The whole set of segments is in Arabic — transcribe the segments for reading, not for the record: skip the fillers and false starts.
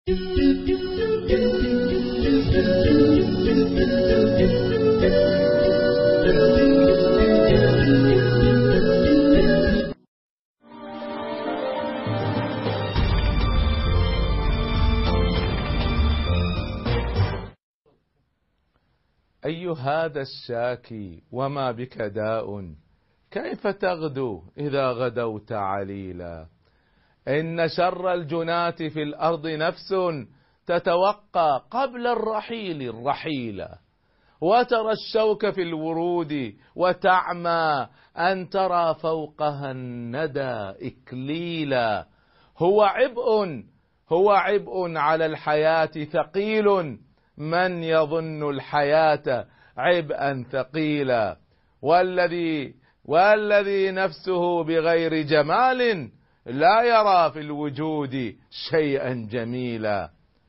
أي هذا الشاكي وما بك داء، كيف تغدو إذا غدوت عليلا؟ إن شر الجنات في الأرض نفس تتوقى قبل الرحيل الرحيلا، وترى الشوك في الورود وتعمى أن ترى فوقها الندى إكليلا. هو عبء على الحياة ثقيل، من يظن الحياة عبئا ثقيلا. والذي نفسه بغير جمال لا يرى في الوجود شيئا جميلا.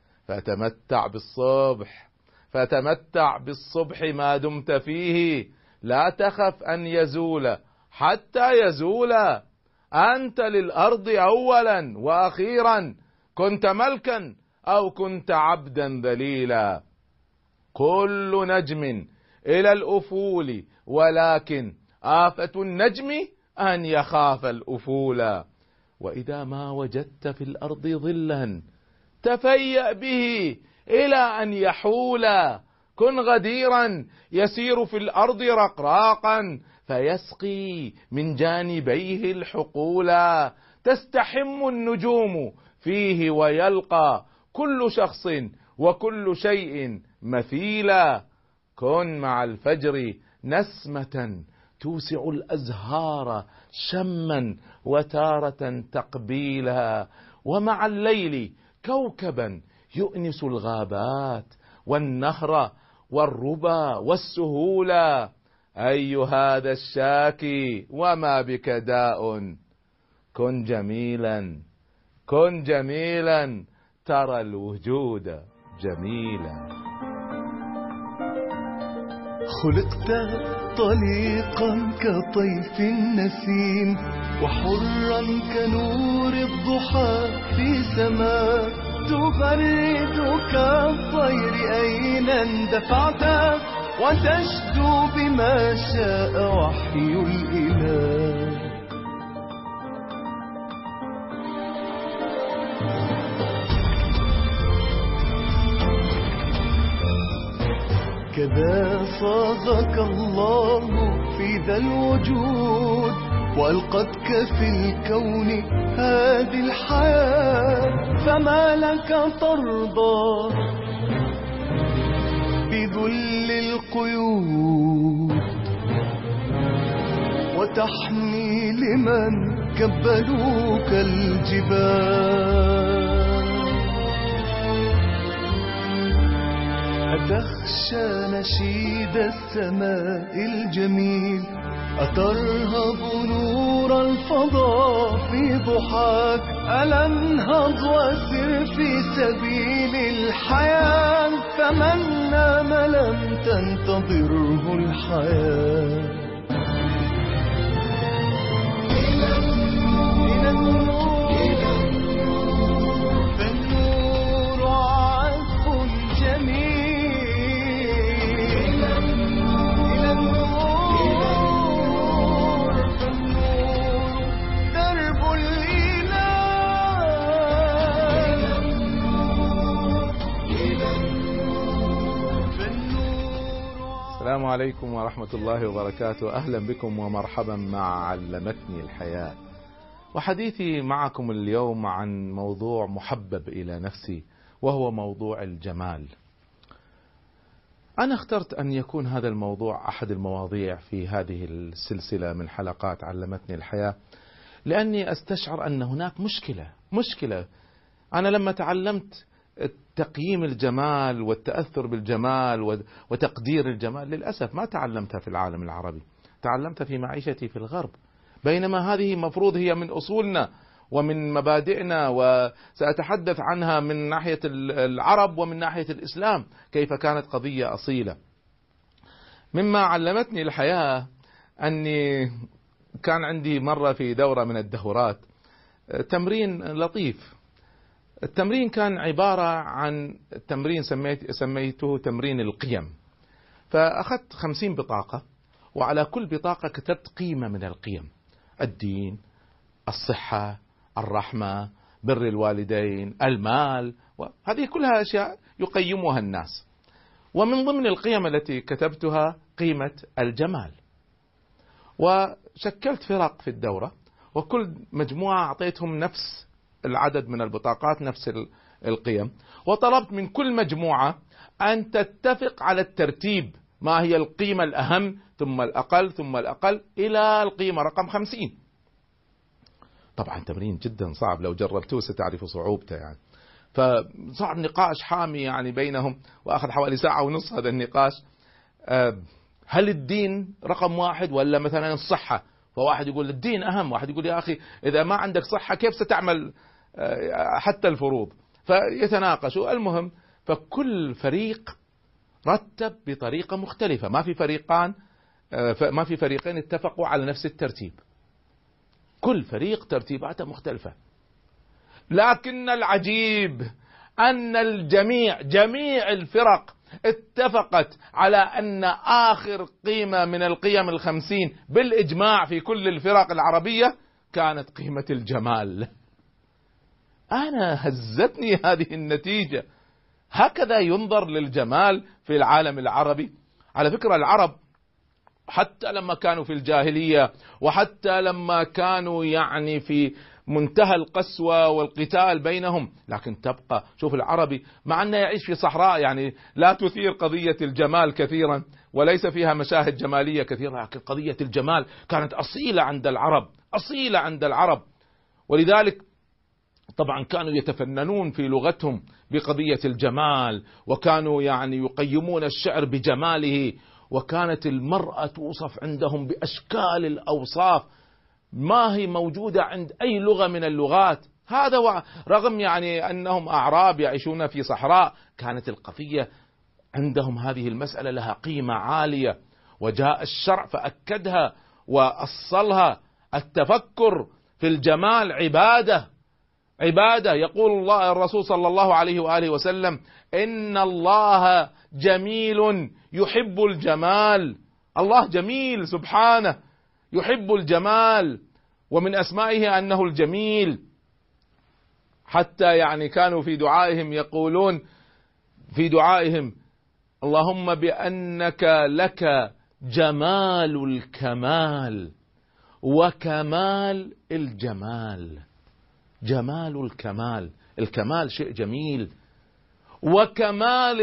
فتمتع بالصبح ما دمت فيه، لا تخف أن يزول حتى يزولا. أنت للأرض أولا وأخيرا، كنت ملكا أو كنت عبدا ذليلا. كل نجم إلى الأفول، ولكن آفة النجم أن يخاف الأفولا. وإذا ما وجدت في الأرض ظلا، تفيأ به إلى أن يحولا. كن غديرا يسير في الأرض رقراقا، فيسقي من جانبيه الحقولا. تستحم النجوم فيه ويلقى كل شخص وكل شيء مثيلا. كن مع الفجر نسمة توسع الأزهار شما وتارة تقبيلا، ومع الليل كوكبا يؤنس الغابات والنهر والربا والسهولا. أي هذا الشاكي وما بك داء، كن جميلا ترى الوجود جميلا. خلقت طليقا كطيف النسيم، وحرا كنور الضحى في سماء. تبرد كالطير أين اندفعت، وتشدو بما شاء وحي الإله. كذا صاغك الله في ذا الوجود، وألقتك في الكون هذه الحياة. فما لك ترضى بذل القيود، وتحمي لمن كبلوك الجبال. أتخشى نشيد السماء الجميل، أترهب نور الفضاء في ضحاك. ألا انهض وسر في سبيل الحياة، فمن نام لم تنتظره الحياة. السلام عليكم ورحمة الله وبركاته. أهلا بكم ومرحبا مع علمتني الحياة. وحديثي معكم اليوم عن موضوع محبب إلى نفسي، وهو موضوع الجمال. أنا اخترت أن يكون هذا الموضوع أحد المواضيع في هذه السلسلة من حلقات علمتني الحياة، لأني أستشعر أن هناك مشكلة. أنا لما تعلمت تقييم الجمال والتأثر بالجمال وتقدير الجمال، للأسف ما تعلمتها في العالم العربي، تعلمتها في معيشتي في الغرب، بينما هذه مفروض هي من أصولنا ومن مبادئنا، وسأتحدث عنها من ناحية العرب ومن ناحية الإسلام كيف كانت قضية أصيلة. مما علمتني الحياة أني كان عندي مرة في دورة من الدورات تمرين لطيف، التمرين كان عبارة عن تمرين سميته تمرين القيم. فأخذت 50 بطاقة، وعلى كل بطاقة كتبت قيمة من القيم: الدين، الصحة، الرحمة، بر الوالدين، المال، وهذه كلها أشياء يقيمها الناس. ومن ضمن القيم التي كتبتها قيمة الجمال. وشكلت فرق في الدورة، وكل مجموعة أعطيتهم نفس العدد من البطاقات، نفس القيم، وطلبت من كل مجموعة أن تتفق على الترتيب، ما هي القيمة الأهم ثم الأقل ثم الأقل إلى القيمة رقم 50. طبعا تمرين جدا صعب، لو جربتوه ستعرفوا صعوبته يعني. فصعب نقاش حامي يعني بينهم، وأخذ حوالي 1.5 ساعة هذا النقاش. هل الدين رقم 1 ولا مثلا الصحة؟ فواحد يقول الدين أهم، واحد يقول يا أخي إذا ما عندك صحة كيف ستعمل حتى الفروض؟ فيتناقشوا. المهم فكل فريق رتب بطريقة مختلفة، ما في فريقين اتفقوا على نفس الترتيب، كل فريق ترتيباته مختلفة. لكن العجيب أن جميع الفرق اتفقت على أن آخر قيمة من القيم 50 بالإجماع في كل الفرق العربية كانت قيمة الجمال. أنا هزتني هذه النتيجة. هكذا ينظر للجمال في العالم العربي؟ على فكرة العرب حتى لما كانوا في الجاهلية، وحتى لما كانوا يعني في منتهى القسوة والقتال بينهم، لكن تبقى شوف العربي مع أنه يعيش في صحراء يعني لا تثير قضية الجمال كثيرا، وليس فيها مشاهد جمالية كثيرة، لكن قضية الجمال كانت أصيلة عند العرب. ولذلك طبعا كانوا يتفننون في لغتهم بقضية الجمال، وكانوا يعني يقيمون الشعر بجماله، وكانت المرأة توصف عندهم بأشكال الأوصاف ما هي موجودة عند أي لغة من اللغات. هذا رغم يعني أنهم أعراب يعيشون في صحراء، كانت القضية عندهم هذه المسألة لها قيمة عالية، وجاء الشرع فأكدها وأصلها. التفكر في الجمال عبادة. يقول الله الرسول صلى الله عليه وآله وسلم: إن الله جميل يحب الجمال. الله جميل سبحانه يحب الجمال، ومن أسمائه أنه الجميل. حتى يعني كانوا في دعائهم يقولون اللهم بأنك لك جمال الكمال وكمال الجمال. جمال الكمال شيء جميل، وكمال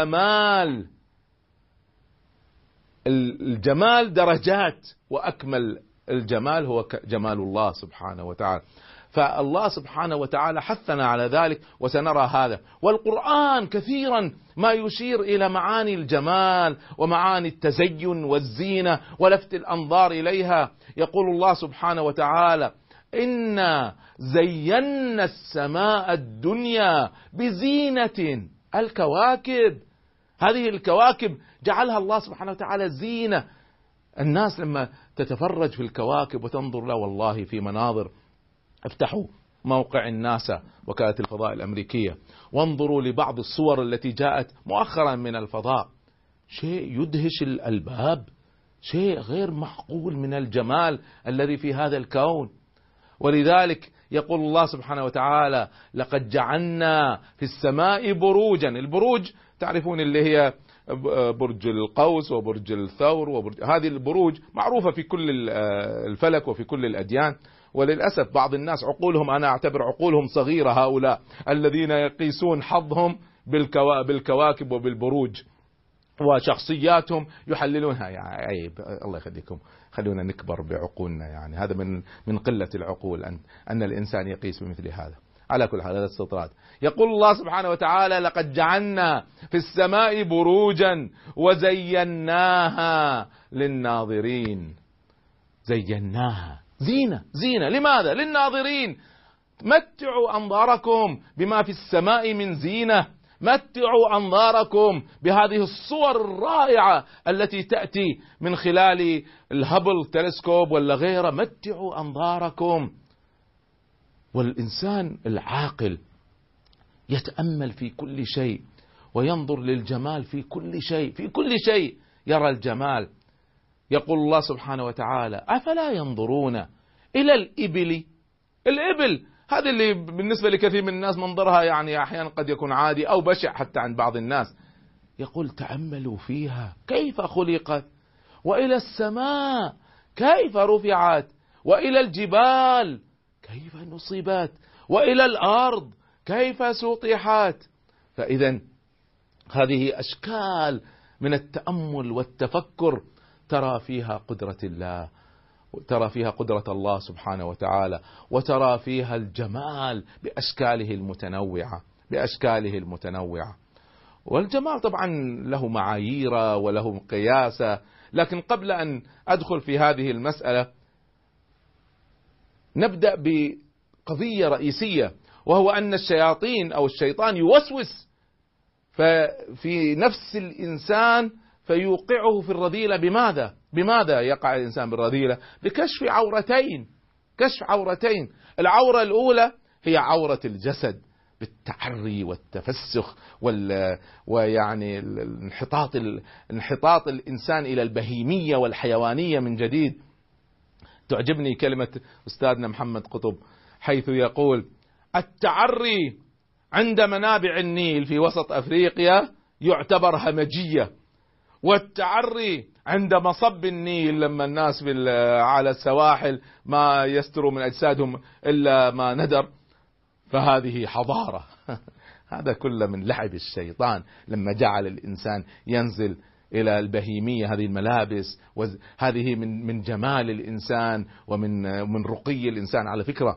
الجمال درجات، وأكمل الجمال هو جمال الله سبحانه وتعالى. فالله سبحانه وتعالى حثنا على ذلك، وسنرى هذا. والقرآن كثيرا ما يشير إلى معاني الجمال ومعاني التزين والزينة ولفت الأنظار إليها. يقول الله سبحانه وتعالى: إنا زينا السماء الدنيا بزينة. الكواكب، هذه الكواكب جعلها الله سبحانه وتعالى زينة. الناس لما تتفرج في الكواكب وتنظر له، والله في مناظر. افتحوا موقع الناسا وكالة الفضاء الأمريكية وانظروا لبعض الصور التي جاءت مؤخرا من الفضاء، شيء يدهش الألباب، شيء غير معقول من الجمال الذي في هذا الكون. ولذلك يقول الله سبحانه وتعالى: لقد جعلنا في السماء بروجا. البروج تعرفون اللي هي برج القوس وبرج الثور هذه البروج معروفة في كل الفلك وفي كل الأديان. وللأسف بعض الناس عقولهم، أنا أعتبر عقولهم صغيرة، هؤلاء الذين يقيسون حظهم بالكواكب وبالبروج، وشخصياتهم يحللونها. يعني عيب، الله يخليكم، خلونا نكبر بعقولنا. يعني هذا من قلة العقول أن الإنسان يقيس بمثل هذا. على كل حال هذا استطراد. يقول الله سبحانه وتعالى: لقد جعلنا في السماء بروجا وزيناها للناظرين. زيناها زينة لماذا؟ للناظرين. متعوا أنظاركم بما في السماء من زينة، متعوا أنظاركم بهذه الصور الرائعة التي تأتي من خلال الهبل تلسكوب ولا غيره. متعوا أنظاركم. والإنسان العاقل يتأمل في كل شيء وينظر للجمال في كل شيء، في كل شيء يرى الجمال. يقول الله سبحانه وتعالى: أفلا ينظرون إلى الإبل. الإبل هذه اللي بالنسبة لكثير من الناس منظرها يعني أحيانا قد يكون عادي أو بشع حتى عند بعض الناس. يقول: تأملوا فيها كيف خلقت، وإلى السماء كيف رفعت، وإلى الجبال كيف نصبت، وإلى الأرض كيف سطحت. فإذا هذه أشكال من التأمل والتفكر ترى فيها قدرة الله، ترى فيها قدرة الله سبحانه وتعالى، وترى فيها الجمال بأشكاله المتنوعة. والجمال طبعا له معايير وله قياسة، لكن قبل أن أدخل في هذه المسألة نبدأ بقضية رئيسية، وهو أن الشياطين أو الشيطان يوسوس في نفس الإنسان فيوقعه في الرذيلة. بماذا يقع الإنسان بالرذيلة؟ بكشف عورتين. العورة الأولى هي عورة الجسد بالتعري والتفسخ ويعني انحطاط الإنسان إلى البهيمية والحيوانية من جديد. تعجبني كلمة أستاذنا محمد قطب حيث يقول: التعري عند منابع النيل في وسط أفريقيا يعتبر همجية، والتعري عند مصب النيل لما الناس على السواحل ما يستروا من أجسادهم إلا ما ندر فهذه حضارة. هذا كله من لعب الشيطان لما جعل الإنسان ينزل إلى البهيمية. هذه الملابس وهذه من جمال الإنسان ومن رقي الإنسان. على فكرة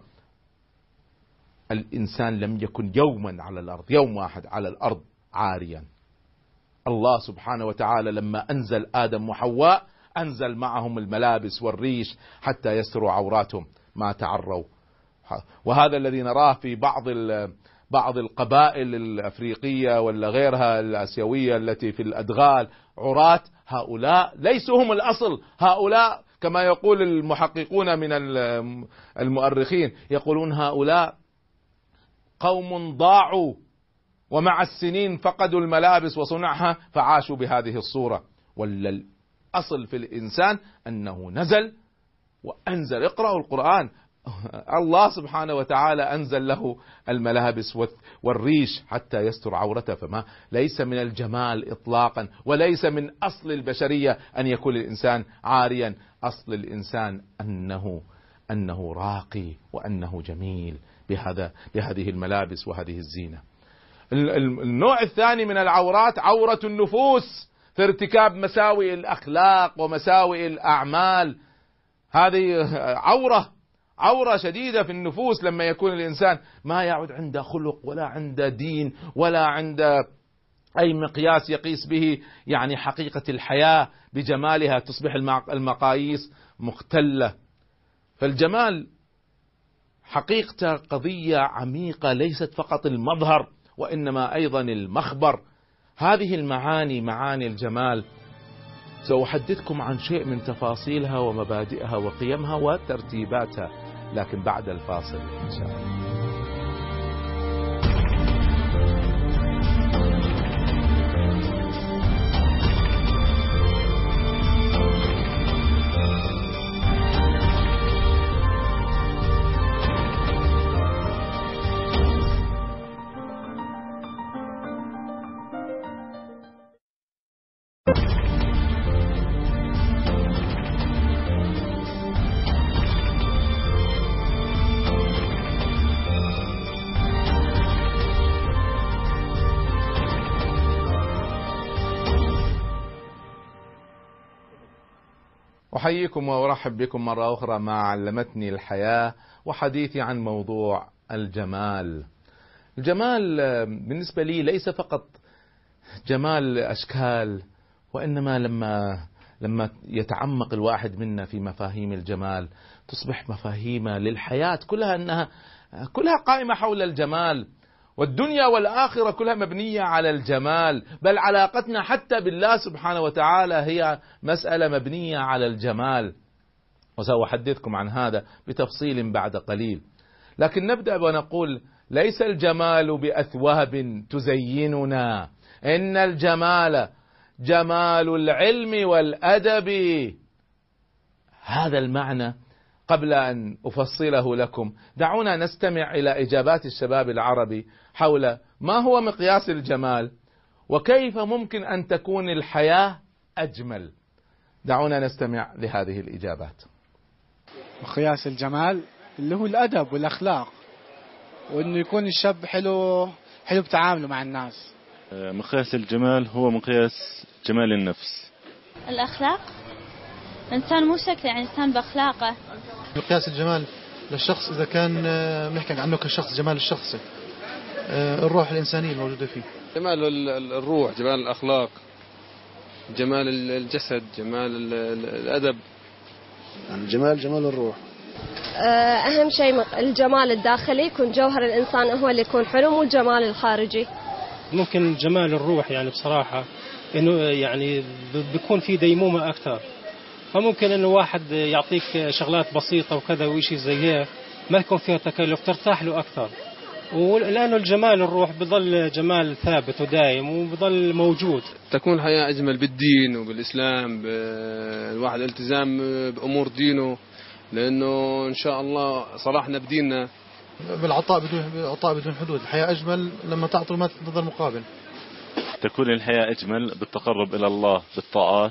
الإنسان لم يكن يوم واحد على الأرض عاريا. الله سبحانه وتعالى لما أنزل آدم وحواء أنزل معهم الملابس والريش حتى يستروا عوراتهم ما تعروا. وهذا الذي نراه في بعض القبائل الأفريقية ولا غيرها الآسيوية التي في الأدغال عراة، هؤلاء ليسوا هم الأصل. هؤلاء كما يقول المحققون من المؤرخين يقولون هؤلاء قوم ضاعوا ومع السنين فقدوا الملابس وصنعها فعاشوا بهذه الصورة. ولا الأصل في الإنسان أنه نزل وأنزل. اقرأوا القرآن، الله سبحانه وتعالى أنزل له الملابس والريش حتى يستر عورته. فما ليس من الجمال إطلاقا، وليس من أصل البشرية أن يكون الإنسان عاريا. أصل الإنسان أنه راقي وأنه جميل بهذه الملابس وهذه الزينة. النوع الثاني من العورات عورة النفوس في ارتكاب مساوئ الأخلاق ومساوئ الأعمال. هذه عورة شديدة في النفوس لما يكون الإنسان ما يعد عنده خلق ولا عنده دين ولا عنده أي مقياس يقيس به يعني حقيقة الحياة بجمالها، تصبح المقاييس مختلة. فالجمال حقيقة قضية عميقة، ليست فقط المظهر وإنما أيضا المخبر. هذه المعاني، معاني الجمال، سأحدثكم عن شيء من تفاصيلها ومبادئها وقيمها وترتيباتها، لكن بعد الفاصل إن شاء الله. أحييكم وأرحب بكم مرة أخرى مع علمتني الحياة وحديثي عن موضوع الجمال. الجمال بالنسبة لي ليس فقط جمال أشكال، وإنما لما يتعمق الواحد منا في مفاهيم الجمال تصبح مفاهيم للحياة كلها قائمة حول الجمال. والدنيا والآخرة كلها مبنية على الجمال، بل علاقتنا حتى بالله سبحانه وتعالى هي مسألة مبنية على الجمال، وسأحدثكم عن هذا بتفصيل بعد قليل. لكن نبدأ ونقول ليس الجمال بأثواب تزيننا، إن الجمال جمال العلم والأدب. هذا المعنى قبل أن أفصله لكم دعونا نستمع إلى إجابات الشباب العربي حول ما هو مقياس الجمال وكيف ممكن أن تكون الحياة أجمل. دعونا نستمع لهذه الإجابات. مقياس الجمال اللي هو الأدب والأخلاق، وإنه يكون الشاب حلو بتعامله مع الناس. مقياس الجمال هو مقياس جمال النفس. الأخلاق، إنسان مو شكله، يعني إنسان بأخلاقه. مقياس الجمال للشخص إذا كان نحكي عنه كشخص، جمال الشخصي، الروح الإنسانية الموجودة فيه. جمال الروح، جمال الأخلاق، جمال الجسد، جمال الأدب. يعني جمال الروح. أهم شيء الجمال الداخلي، يكون جوهر الإنسان هو اللي يكون حلو، مو الجمال الخارجي. ممكن جمال الروح، يعني بصراحة إنه يعني بيكون في ديمومة أكثر، فممكن إنه واحد يعطيك شغلات بسيطة وكذا وإشي زي هيك ما يكون فيها تكلف، ترتاح له أكثر. ولأنه الجمال الروح بظل جمال ثابت ودائم وبظل موجود. تكون الحياة أجمل بالدين وبالإسلام، الواحد التزام بأمور دينه، لأنه إن شاء الله صلاحنا بديننا. بالعطاء بدون حدود. الحياة أجمل لما تعطي وما تنتظر مقابل. تكون الحياة أجمل بالتقرب إلى الله بالطاعات،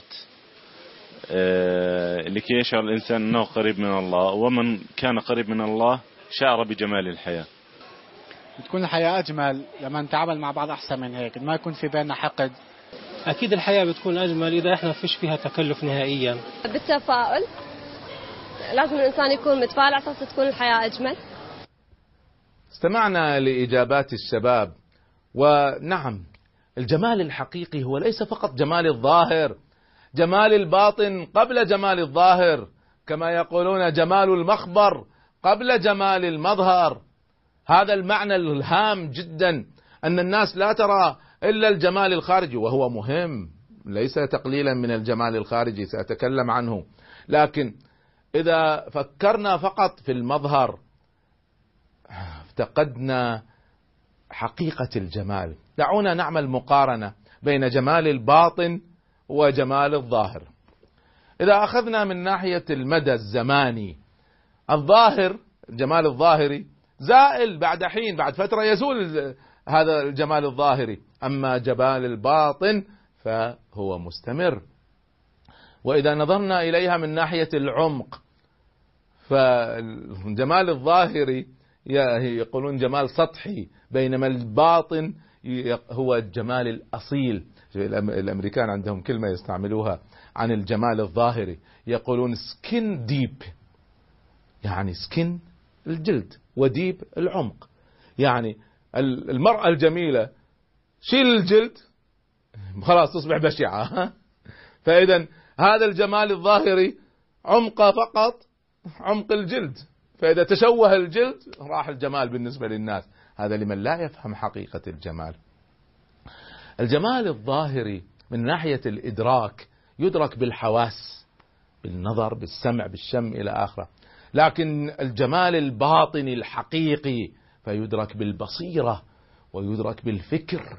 لكي يشعر الإنسان أنه قريب من الله، ومن كان قريب من الله شعر بجمال الحياة. بتكون الحياة أجمل لما نتعامل مع بعض أحسن من هيك، ما يكون في بيننا حقد. أكيد الحياة بتكون أجمل إذا إحنا فيش فيها تكلف نهائيا. بالتفاؤل، لازم الإنسان يكون متفائل على أساس تكون الحياة أجمل. استمعنا لإجابات الشباب، ونعم الجمال الحقيقي هو ليس فقط جمال الظاهر، جمال الباطن قبل جمال الظاهر، كما يقولون جمال المخبر قبل جمال المظهر. هذا المعنى الهام جدا، أن الناس لا ترى إلا الجمال الخارجي، وهو مهم ليس تقليلا من الجمال الخارجي سأتكلم عنه، لكن إذا فكرنا فقط في المظهر افتقدنا حقيقة الجمال. دعونا نعمل مقارنة بين جمال الباطن وجمال الظاهر. إذا أخذنا من ناحية المدى الزماني، الظاهر الجمال الظاهري زائل بعد حين، بعد فترة يزول هذا الجمال الظاهري، أما جمال الباطن فهو مستمر. وإذا نظرنا إليها من ناحية العمق، فالجمال الظاهري يقولون جمال سطحي، بينما الباطن هو الجمال الأصيل. الأمريكان عندهم كلمة يستعملوها عن الجمال الظاهري، يقولون skin deep، يعني skin الجلد وديب العمق. يعني المرأة الجميلة شيل الجلد خلاص تصبح بشعة. فإذا هذا الجمال الظاهري عمقه فقط عمق الجلد، فإذا تشوه الجلد راح الجمال بالنسبة للناس. هذا لمن لا يفهم حقيقة الجمال. الجمال الظاهري من ناحية الإدراك يدرك بالحواس، بالنظر، بالسمع، بالشم إلى آخره، لكن الجمال الباطني الحقيقي فيدرك بالبصيرة ويدرك بالفكر.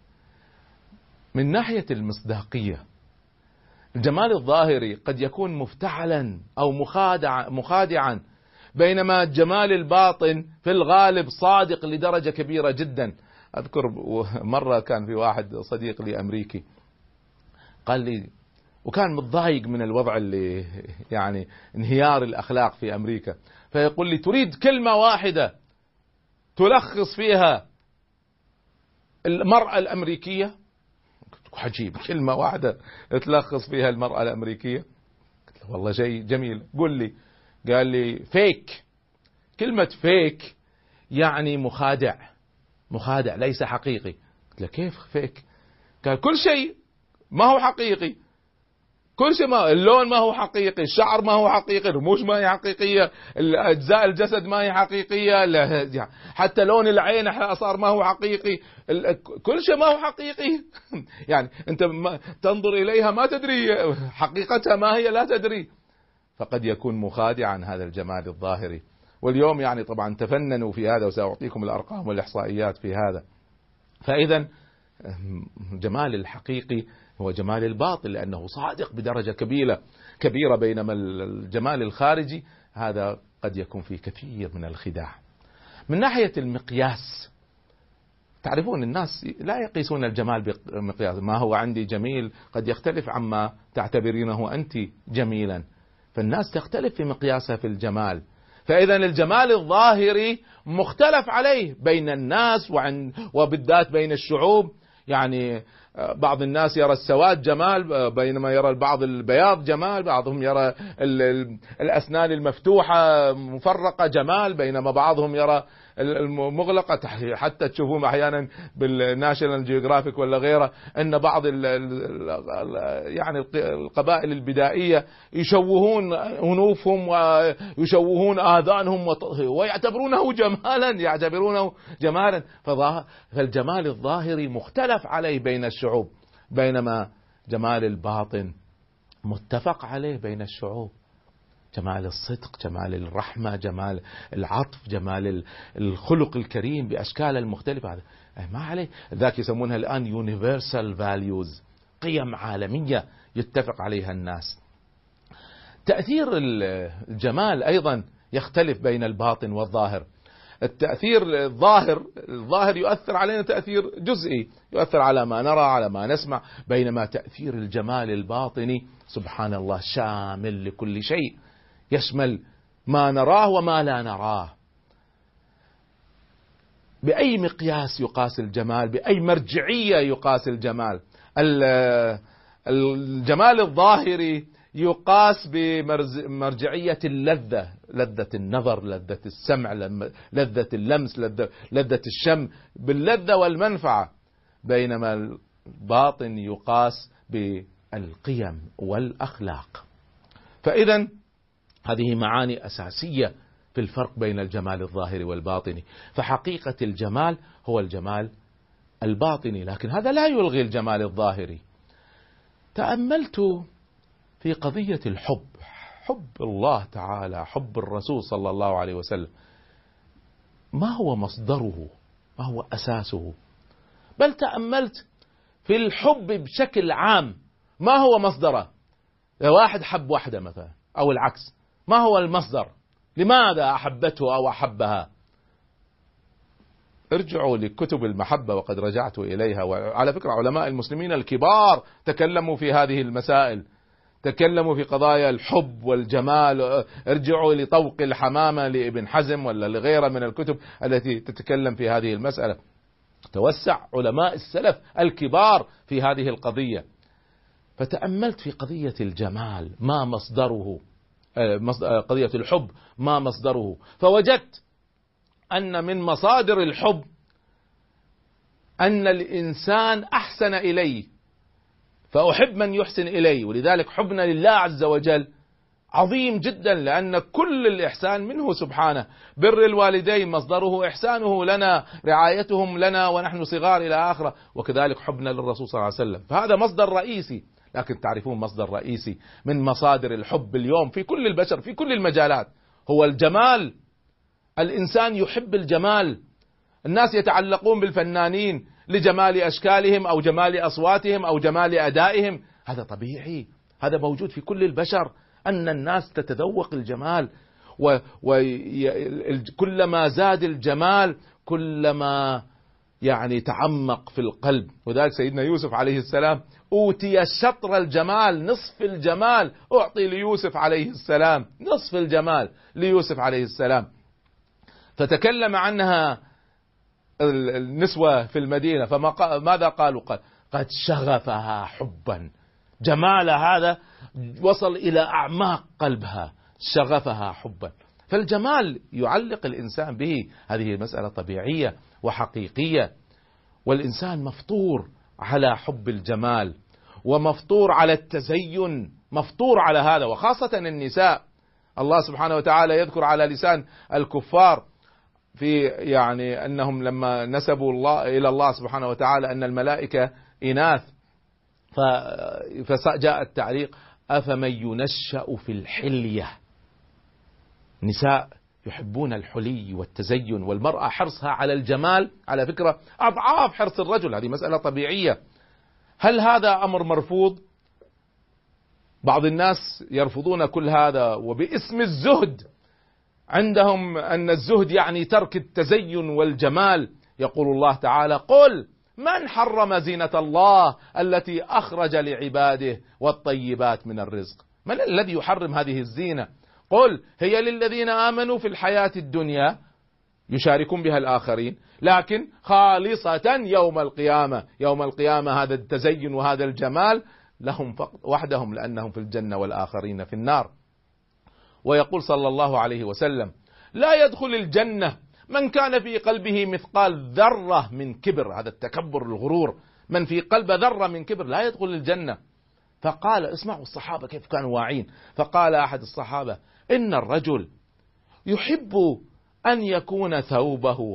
من ناحية المصداقية، الجمال الظاهري قد يكون مفتعلا أو مخادعا، بينما الجمال الباطن في الغالب صادق لدرجة كبيرة جدا. أذكر مرة كان في واحد صديق لي أمريكي قال لي، وكان متضايق من الوضع اللي يعني انهيار الأخلاق في أمريكا، فيقول لي تريد كلمة واحدة تلخص فيها المرأة الأمريكية؟ عجيب، كلمة واحدة تلخص فيها المرأة الأمريكية؟ قلت له والله شيء جميل، قل لي. قال لي فيك. كلمة فيك يعني مخادع ليس حقيقي. قلت له كيف فيك؟ قال كل شيء ما هو حقيقي، كل شيء، ما اللون ما هو حقيقي، الشعر ما هو حقيقي، الرموش ما هي حقيقية، أجزاء الجسد ما هي حقيقية، حتى لون العين صار ما هو حقيقي، كل شيء ما هو حقيقي. يعني أنت تنظر إليها ما تدري حقيقتها ما هي، لا تدري. فقد يكون مخادعا هذا الجمال الظاهري. واليوم يعني طبعا تفننوا في هذا، وسأعطيكم الأرقام والإحصائيات في هذا. فإذا جمال الحقيقي هو جمال الباطن، لأنه صادق بدرجة كبيرة، بينما الجمال الخارجي هذا قد يكون فيه كثير من الخداع. من ناحية المقياس، تعرفون الناس لا يقيسون الجمال بمقياس، ما هو عندي جميل قد يختلف عما تعتبرينه أنت جميلا، فالناس تختلف في مقياسها في الجمال. فإذا الجمال الظاهري مختلف عليه بين الناس وبالذات بين الشعوب. يعني بعض الناس يرى السواد جمال، بينما يرى البعض البياض جمال، بعضهم يرى الأسنان المفتوحة مفرقة جمال، بينما بعضهم يرى المغلقة. حتى تشوفون أحيانا بالناشونال جيوغرافيك ولا غيره أن بعض يعني القبائل البدائية يشوهون أنوفهم ويشوهون آذانهم ويعتبرونه جمالا. فالجمال الظاهري مختلف عليه بين الشعوب، بينما جمال الباطن متفق عليه بين الشعوب. جمال الصدق، جمال الرحمة، جمال العطف، جمال الخلق الكريم بأشكاله المختلفة، هذا ما عليه. ذاك يسمونها الآن universal values، قيم عالمية يتفق عليها الناس. تأثير الجمال أيضا يختلف بين الباطن والظاهر. التأثير الظاهر يؤثر علينا تأثير جزئي، يؤثر على ما نرى، على ما نسمع، بينما تأثير الجمال الباطني سبحان الله شامل لكل شيء، يشمل ما نراه وما لا نراه. بأي مقياس يقاس الجمال، بأي مرجعية يقاس الجمال. الجمال الظاهري يقاس بمرجعية اللذة، لذة النظر، لذة السمع، لذة اللمس، لذة الشم، باللذة والمنفعة، بينما الباطن يقاس بالقيم والأخلاق. فإذا هذه معاني أساسية في الفرق بين الجمال الظاهري والباطني. فحقيقة الجمال هو الجمال الباطني، لكن هذا لا يلغي الجمال الظاهري. تأملت في قضية الحب، حب الله تعالى، حب الرسول صلى الله عليه وسلم، ما هو مصدره، ما هو أساسه؟ بل تأملت في الحب بشكل عام، ما هو مصدره؟ واحد حب واحدة مثلا أو العكس، ما هو المصدر؟ لماذا أحبته أو أحبها؟ ارجعوا لكتب المحبة وقد رجعت إليها، وعلى فكرة علماء المسلمين الكبار تكلموا في هذه المسائل، تكلموا في قضايا الحب والجمال. ارجعوا لطوق الحمامة لابن حزم ولا لغيره من الكتب التي تتكلم في هذه المسألة. توسع علماء السلف الكبار في هذه القضية. فتأملت في قضية الجمال ما مصدره، قضية الحب ما مصدره، فوجدت أن من مصادر الحب أن الإنسان أحسن إلي فأحب من يحسن إلي، ولذلك حبنا لله عز وجل عظيم جدا، لأن كل الإحسان منه سبحانه. بر الوالدين مصدره إحسانه لنا، رعايتهم لنا ونحن صغار إلى آخره، وكذلك حبنا للرسول صلى الله عليه وسلم، فهذا مصدر رئيسي. لكن تعرفون مصدر رئيسي من مصادر الحب اليوم في كل البشر في كل المجالات هو الجمال. الإنسان يحب الجمال. الناس يتعلقون بالفنانين لجمال أشكالهم أو جمال أصواتهم أو جمال أدائهم، هذا طبيعي، هذا موجود في كل البشر، أن الناس تتذوق الجمال، وكلما زاد الجمال كلما يعني تعمق في القلب. وذلك سيدنا يوسف عليه السلام أوتي شطر الجمال، نصف الجمال أعطي ليوسف عليه السلام، نصف الجمال ليوسف عليه السلام. فتكلم عنها النسوة في المدينة، فماذا قالوا؟ قد شغفها حبا. جمال هذا وصل إلى أعماق قلبها، شغفها حبا. فالجمال يعلق الإنسان به، هذه مسألة طبيعية وحقيقية، والإنسان مفطور على حب الجمال ومفطور على التزين، مفطور على هذا، وخاصة النساء. الله سبحانه وتعالى يذكر على لسان الكفار في يعني أنهم لما نسبوا الله إلى الله سبحانه وتعالى أن الملائكة إناث، فجاء التعليق: أفمن ينشأ في الحلية. نساء يحبون الحلي والتزين، والمرأة حرصها على الجمال على فكرة أضعاف حرص الرجل، هذه مسألة طبيعية. هل هذا أمر مرفوض؟ بعض الناس يرفضون كل هذا وباسم الزهد، عندهم أن الزهد يعني ترك التزين والجمال. يقول الله تعالى: قل من حرم زينة الله التي أخرج لعباده والطيبات من الرزق. من الذي يحرم هذه الزينة؟ قل هي للذين آمنوا في الحياة الدنيا يشاركون بها الآخرين، لكن خالصة يوم القيامة. يوم القيامة هذا التزين وهذا الجمال لهم وحدهم، لأنهم في الجنة والآخرين في النار. ويقول صلى الله عليه وسلم: لا يدخل الجنة من كان في قلبه مثقال ذرة من كبر. هذا التكبر الغرور، من في قلب ذرة من كبر لا يدخل الجنة. فقال، اسمعوا الصحابة كيف كانوا واعين، فقال أحد الصحابة: إن الرجل يحب أن يكون ثوبه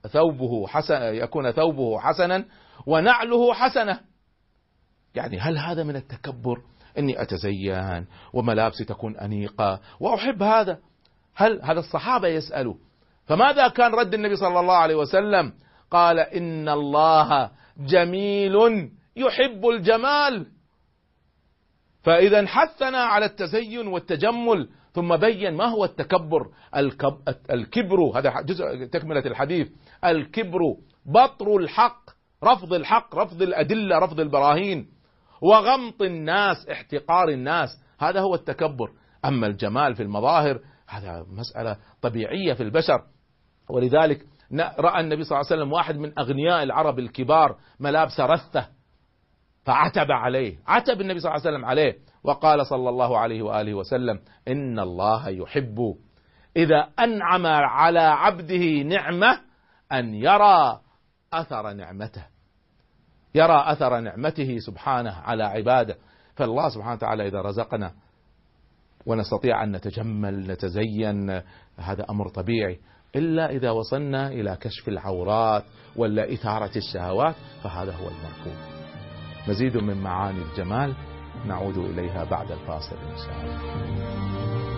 حسنا ونعله حسنة. يعني هل هذا من التكبر إني أتزين وملابسي تكون أنيقة وأحب هذا؟ هذا الصحابة يسألوا. فماذا كان رد النبي صلى الله عليه وسلم؟ قال: إن الله جميل يحب الجمال. فإذا حثنا على التزين والتجمل، ثم بين ما هو التكبر. الكبر، هذا جزء تكملة الحديث، الكبر بطر الحق، رفض الحق، رفض الأدلة، رفض البراهين، وغمط الناس، احتقار الناس، هذا هو التكبر. أما الجمال في المظاهر هذا مسألة طبيعية في البشر. ولذلك رأى النبي صلى الله عليه وسلم واحد من أغنياء العرب الكبار ملابس رثة، فعتب عليه، عتب النبي صلى الله عليه وسلم عليه، وقال صلى الله عليه وآله وسلم: إن الله يحب إذا أنعم على عبده نعمة أن يرى أثر نعمته، يرى أثر نعمته سبحانه على عباده. فالله سبحانه وتعالى إذا رزقنا ونستطيع أن نتجمل نتزين، هذا أمر طبيعي، إلا إذا وصلنا إلى كشف العورات ولا إثارة الشهوات، فهذا هو المرفوض. مزيد من معاني الجمال نعود إليها بعد الفاصل إن شاء الله.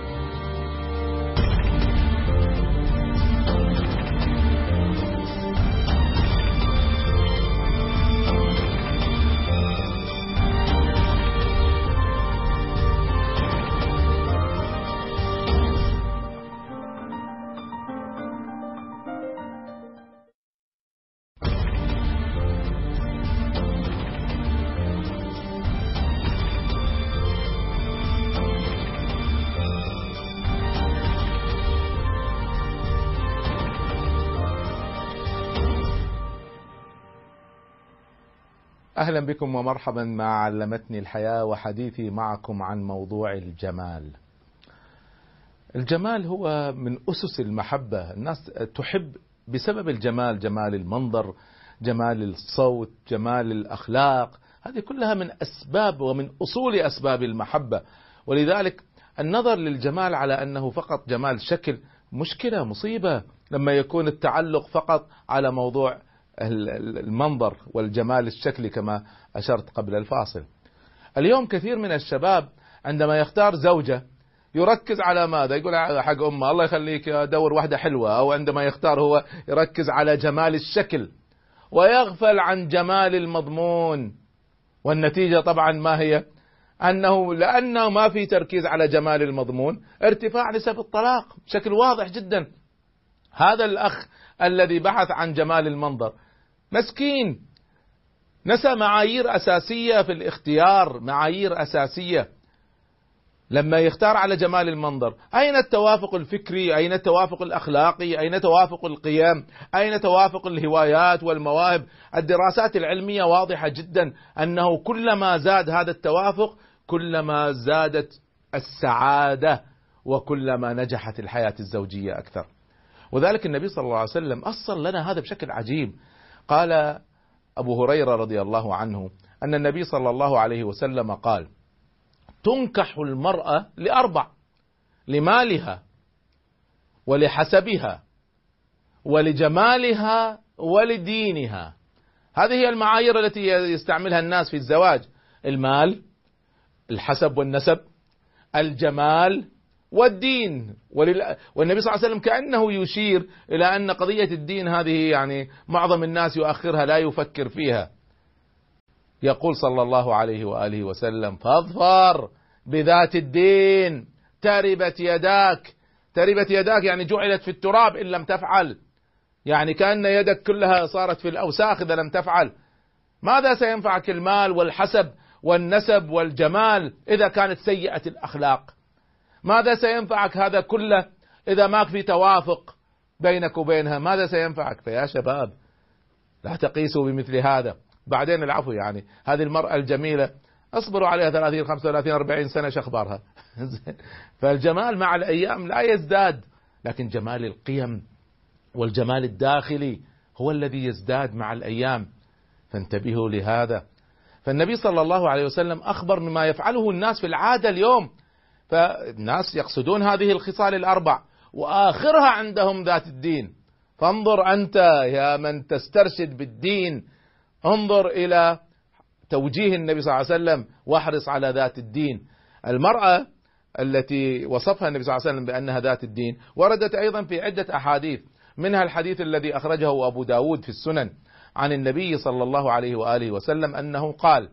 أهلا بكم ومرحبا مع علمتني الحياة، وحديثي معكم عن موضوع الجمال. الجمال هو من أسس المحبة، الناس تحب بسبب الجمال، جمال المنظر، جمال الصوت، جمال الأخلاق، هذه كلها من أسباب ومن أصول أسباب المحبة. ولذلك النظر للجمال على أنه فقط جمال شكل مشكلة، مصيبة، لما يكون التعلق فقط على موضوع المنظر والجمال الشكلي كما أشرت قبل الفاصل. اليوم كثير من الشباب عندما يختار زوجة يركز على ماذا؟ يقول حق أمه الله يخليك دور واحدة حلوة، أو عندما يختار هو يركز على جمال الشكل ويغفل عن جمال المضمون. والنتيجة طبعا ما هي؟ لأنه ما في تركيز على جمال المضمون، ارتفاع نسب الطلاق بشكل واضح جدا. هذا الأخ الذي بحث عن جمال المنظر مسكين، نسى معايير أساسية في الاختيار، معايير أساسية لما يختار على جمال المنظر. أين التوافق الفكري؟ أين التوافق الأخلاقي؟ أين توافق القيم؟ أين توافق الهوايات والمواهب؟ الدراسات العلمية واضحة جدا أنه كلما زاد هذا التوافق كلما زادت السعادة، وكلما نجحت الحياة الزوجية أكثر. وذلك النبي صلى الله عليه وسلم أصل لنا هذا بشكل عجيب. قال أبو هريرة رضي الله عنه أن النبي صلى الله عليه وسلم قال: تنكح المرأة لأربع: لمالها ولحسبها ولجمالها ولدينها. هذه هي المعايير التي يستعملها الناس في الزواج: المال، الحسب والنسب، الجمال، والدين. والنبي صلى الله عليه وسلم كأنه يشير إلى أن قضية الدين هذه يعني معظم الناس يؤخرها لا يفكر فيها. يقول صلى الله عليه وآله وسلم: فاظفر بذات الدين تربت يداك. تربت يداك يعني جعلت في التراب إن لم تفعل، يعني كأن يدك كلها صارت في الأوساخ إذا لم تفعل. ماذا سينفعك المال والحسب والنسب والجمال إذا كانت سيئة الأخلاق؟ ماذا سينفعك هذا كله إذا ما في توافق بينك وبينها؟ ماذا سينفعك؟ فيا شباب لا تقيسوا بمثل هذا. بعدين العفو، يعني هذه المرأة الجميلة اصبروا عليها 30 35 40 سنة شخبارها. فالجمال مع الأيام لا يزداد، لكن جمال القيم والجمال الداخلي هو الذي يزداد مع الأيام. فانتبهوا لهذا. فالنبي صلى الله عليه وسلم أخبر مما يفعله الناس في العادة اليوم، فالناس يقصدون هذه الخصال الأربع وآخرها عندهم ذات الدين. فانظر أنت يا من تسترشد بالدين، انظر إلى توجيه النبي صلى الله عليه وسلم واحرص على ذات الدين. المرأة التي وصفها النبي صلى الله عليه وسلم بأنها ذات الدين وردت أيضا في عدة أحاديث، منها الحديث الذي أخرجه أبو داود في السنن عن النبي صلى الله عليه وآله وسلم أنه قال: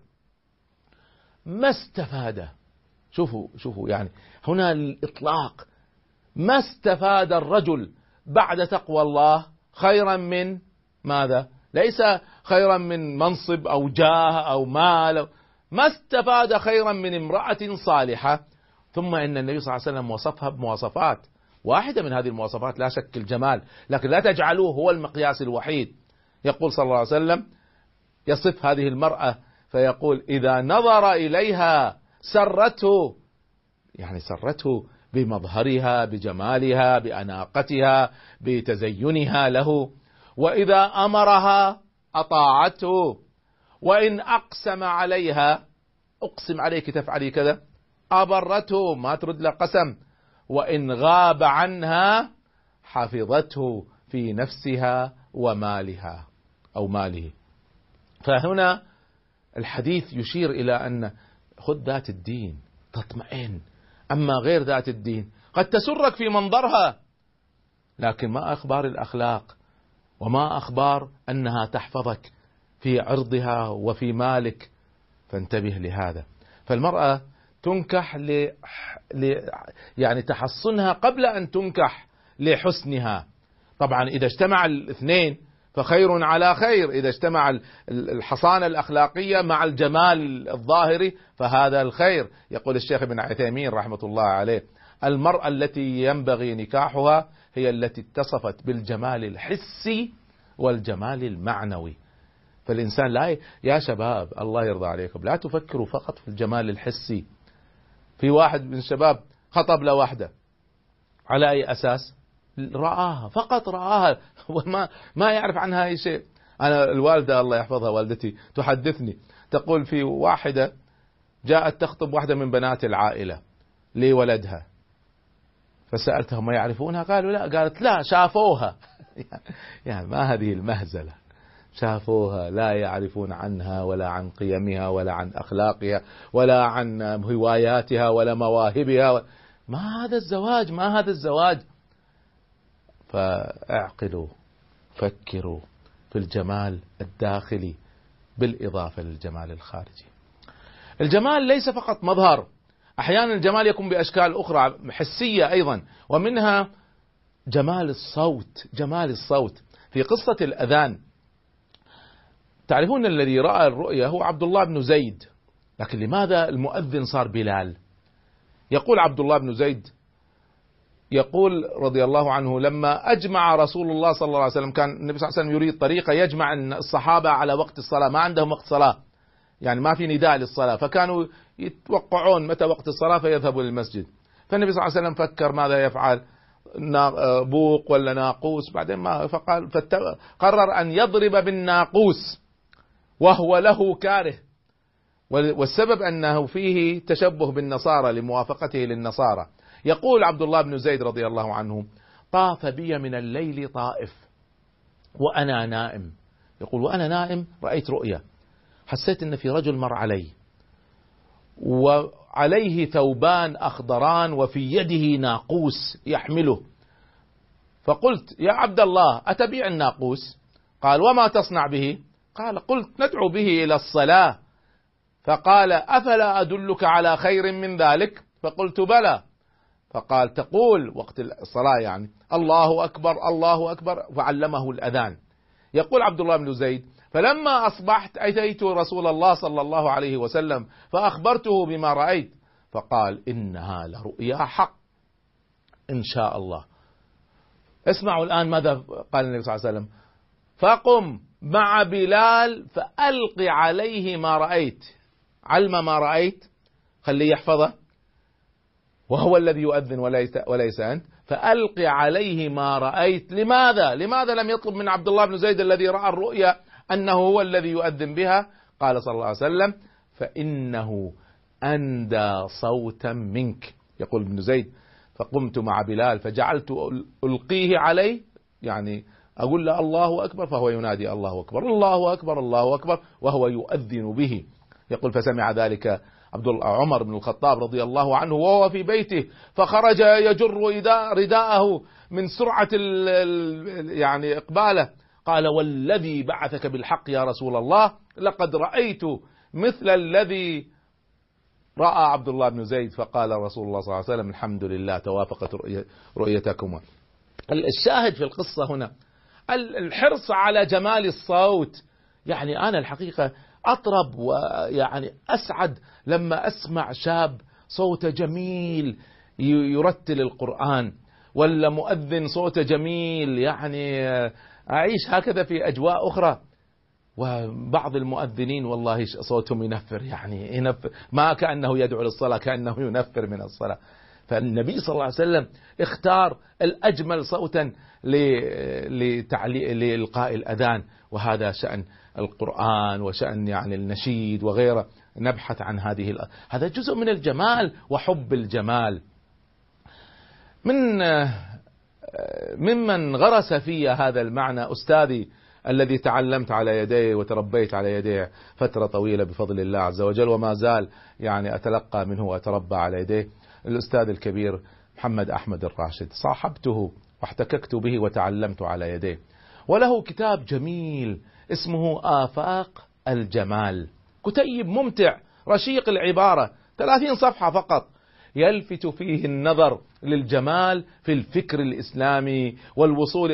ما استفاد، شوفوا يعني هنا الإطلاق، ما استفاد الرجل بعد تقوى الله خيرا من ماذا؟ ليس خيرا من منصب أو جاه أو مال، ما استفاد خيرا من امرأة صالحة. ثم إن النبي صلى الله عليه وسلم وصفها بمواصفات، واحدة من هذه المواصفات لا شك الجمال، لكن لا تجعلوه هو المقياس الوحيد. يقول صلى الله عليه وسلم يصف هذه المرأة فيقول: إذا نظر إليها سرته، يعني سرته بمظهرها بجمالها بأناقتها بتزينها له، وإذا أمرها أطاعته، وإن أقسم عليها، أقسم عليك تفعلي كذا، أبرته ما ترد له قسم، وإن غاب عنها حفظته في نفسها ومالها أو ماله. فهنا الحديث يشير إلى أن خذ ذات الدين تطمئن، أما غير ذات الدين قد تسرك في منظرها، لكن ما أخبار الأخلاق وما أخبار أنها تحفظك في عرضها وفي مالك. فانتبه لهذا. فالمرأة تنكح يعني تحصنها قبل أن تنكح لحسنها. طبعا إذا اجتمع الاثنين فخير على خير، إذا اجتمع الحصانة الأخلاقية مع الجمال الظاهري فهذا الخير. يقول الشيخ ابن عثيمين رحمة الله عليه: المرأة التي ينبغي نكاحها هي التي اتصفت بالجمال الحسي والجمال المعنوي. فالإنسان لا يا شباب الله يرضى عليكم لا تفكروا فقط في الجمال الحسي. في واحد من الشباب خطب لوحده على أي أساس؟ رآها فقط، رآها وما يعرف عنها أي شيء. أنا الوالدة الله يحفظها والدتي تحدثني تقول في واحدة جاءت تخطب واحدة من بنات العائلة لولدها، فسألتهم ما يعرفونها؟ قالوا لا. قالت لا شافوها. يعني ما هذه المهزلة؟ شافوها لا يعرفون عنها ولا عن قيمها ولا عن أخلاقها ولا عن هواياتها ولا مواهبها. ما هذا الزواج، ما هذا الزواج. فاعقلوا فكروا في الجمال الداخلي بالإضافة للجمال الخارجي. الجمال ليس فقط مظهر، أحيانا الجمال يكون بأشكال أخرى حسية أيضا، ومنها جمال الصوت. جمال الصوت في قصة الأذان، تعرفون الذي رأى الرؤيا هو عبد الله بن زيد، لكن لماذا المؤذن صار بلال؟ يقول عبد الله بن زيد يقول رضي الله عنه: لما أجمع رسول الله صلى الله عليه وسلم، كان النبي صلى الله عليه وسلم يريد طريقة يجمع الصحابة على وقت الصلاة، ما عندهم وقت صلاة، يعني ما في نداء للصلاة، فكانوا يتوقعون متى وقت الصلاة فيذهبوا للمسجد. فالنبي صلى الله عليه وسلم فكر ماذا يفعل، بوق ولا ناقوس، بعدين ما قرر أن يضرب بالناقوس وهو له كاره، والسبب أنه فيه تشبه بالنصارى لموافقته للنصارى. يقول عبد الله بن زيد رضي الله عنه: طاف بي من الليل طائف وأنا نائم. يقول وأنا نائم رأيت رؤيا، حسيت أن في رجل مر علي وعليه ثوبان أخضران وفي يده ناقوس يحمله. فقلت يا عبد الله أتبيع الناقوس؟ قال وما تصنع به؟ قال قلت ندعو به إلى الصلاة. فقال أفلا أدلك على خير من ذلك؟ فقلت بلى. فقال تقول وقت الصلاة يعني الله أكبر الله أكبر، فعلمه الأذان. يقول عبد الله بن زيد فلما أصبحت أتيت رسول الله صلى الله عليه وسلم فأخبرته بما رأيت، فقال إنها لرؤيا حق إن شاء الله. اسمعوا الآن ماذا قال النبي صلى الله عليه وسلم: فقم مع بلال فألق عليه ما رأيت. علم ما رأيت، خليه يحفظه، وهو الذي يؤذن وليس أنت. فألق عليه ما رأيت. لماذا لم يطلب من عبد الله بن زيد الذي رأى الرؤيا أنه هو الذي يؤذن بها؟ قال صلى الله عليه وسلم: فإنه أندى صوتا منك. يقول ابن زيد: فقمت مع بلال فجعلت ألقيه عليه، يعني أقول له الله أكبر فهو ينادي الله أكبر الله أكبر الله أكبر وهو يؤذن به. يقول فسمع ذلك عمر بن الخطاب رضي الله عنه وهو في بيته، فخرج يجر رداءه من سرعة يعني إقباله. قال والذي بعثك بالحق يا رسول الله لقد رأيت مثل الذي رأى عبد الله بن زيد. فقال رسول الله صلى الله عليه وسلم: الحمد لله توافقت رؤيتكما. الشاهد في القصة هنا الحرص على جمال الصوت. يعني أنا الحقيقة أطرب ويعني أسعد لما أسمع شاب صوته جميل يرتل القرآن، ولا مؤذن صوته جميل، يعني أعيش هكذا في أجواء أخرى. وبعض المؤذنين والله صوتهم ينفر، يعني ينفر ما كأنه يدعو للصلاة، كأنه ينفر من الصلاة. فالنبي صلى الله عليه وسلم اختار الأجمل صوتا لإلقاء الأذان، وهذا شأن القرآن وشأن يعني النشيد وغيره. نبحث عن هذا جزء من الجمال وحب الجمال. ممن غرس في هذا المعنى أستاذي الذي تعلمت على يديه وتربيت على يديه فترة طويلة بفضل الله عز وجل، وما زال يعني أتلقى منه وأتربى على يديه، الأستاذ الكبير محمد أحمد الراشد. صاحبته واحتككت به وتعلمت على يديه، وله كتاب جميل اسمه آفاق الجمال، كتيب ممتع رشيق العبارة، 30 صفحة فقط، يلفت فيه النظر للجمال في الفكر الإسلامي والوصول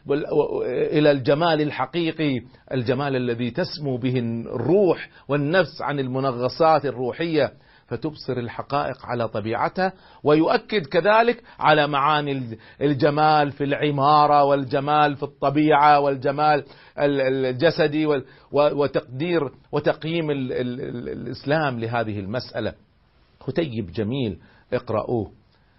إلى الجمال الحقيقي، الجمال الذي تسمو به الروح والنفس عن المنغصات الروحية، فتبصر الحقائق على طبيعتها. ويؤكد كذلك على معاني الجمال في العمارة والجمال في الطبيعة والجمال الجسدي وتقدير وتقييم الإسلام لهذه المسألة. كتيب جميل اقرأوه.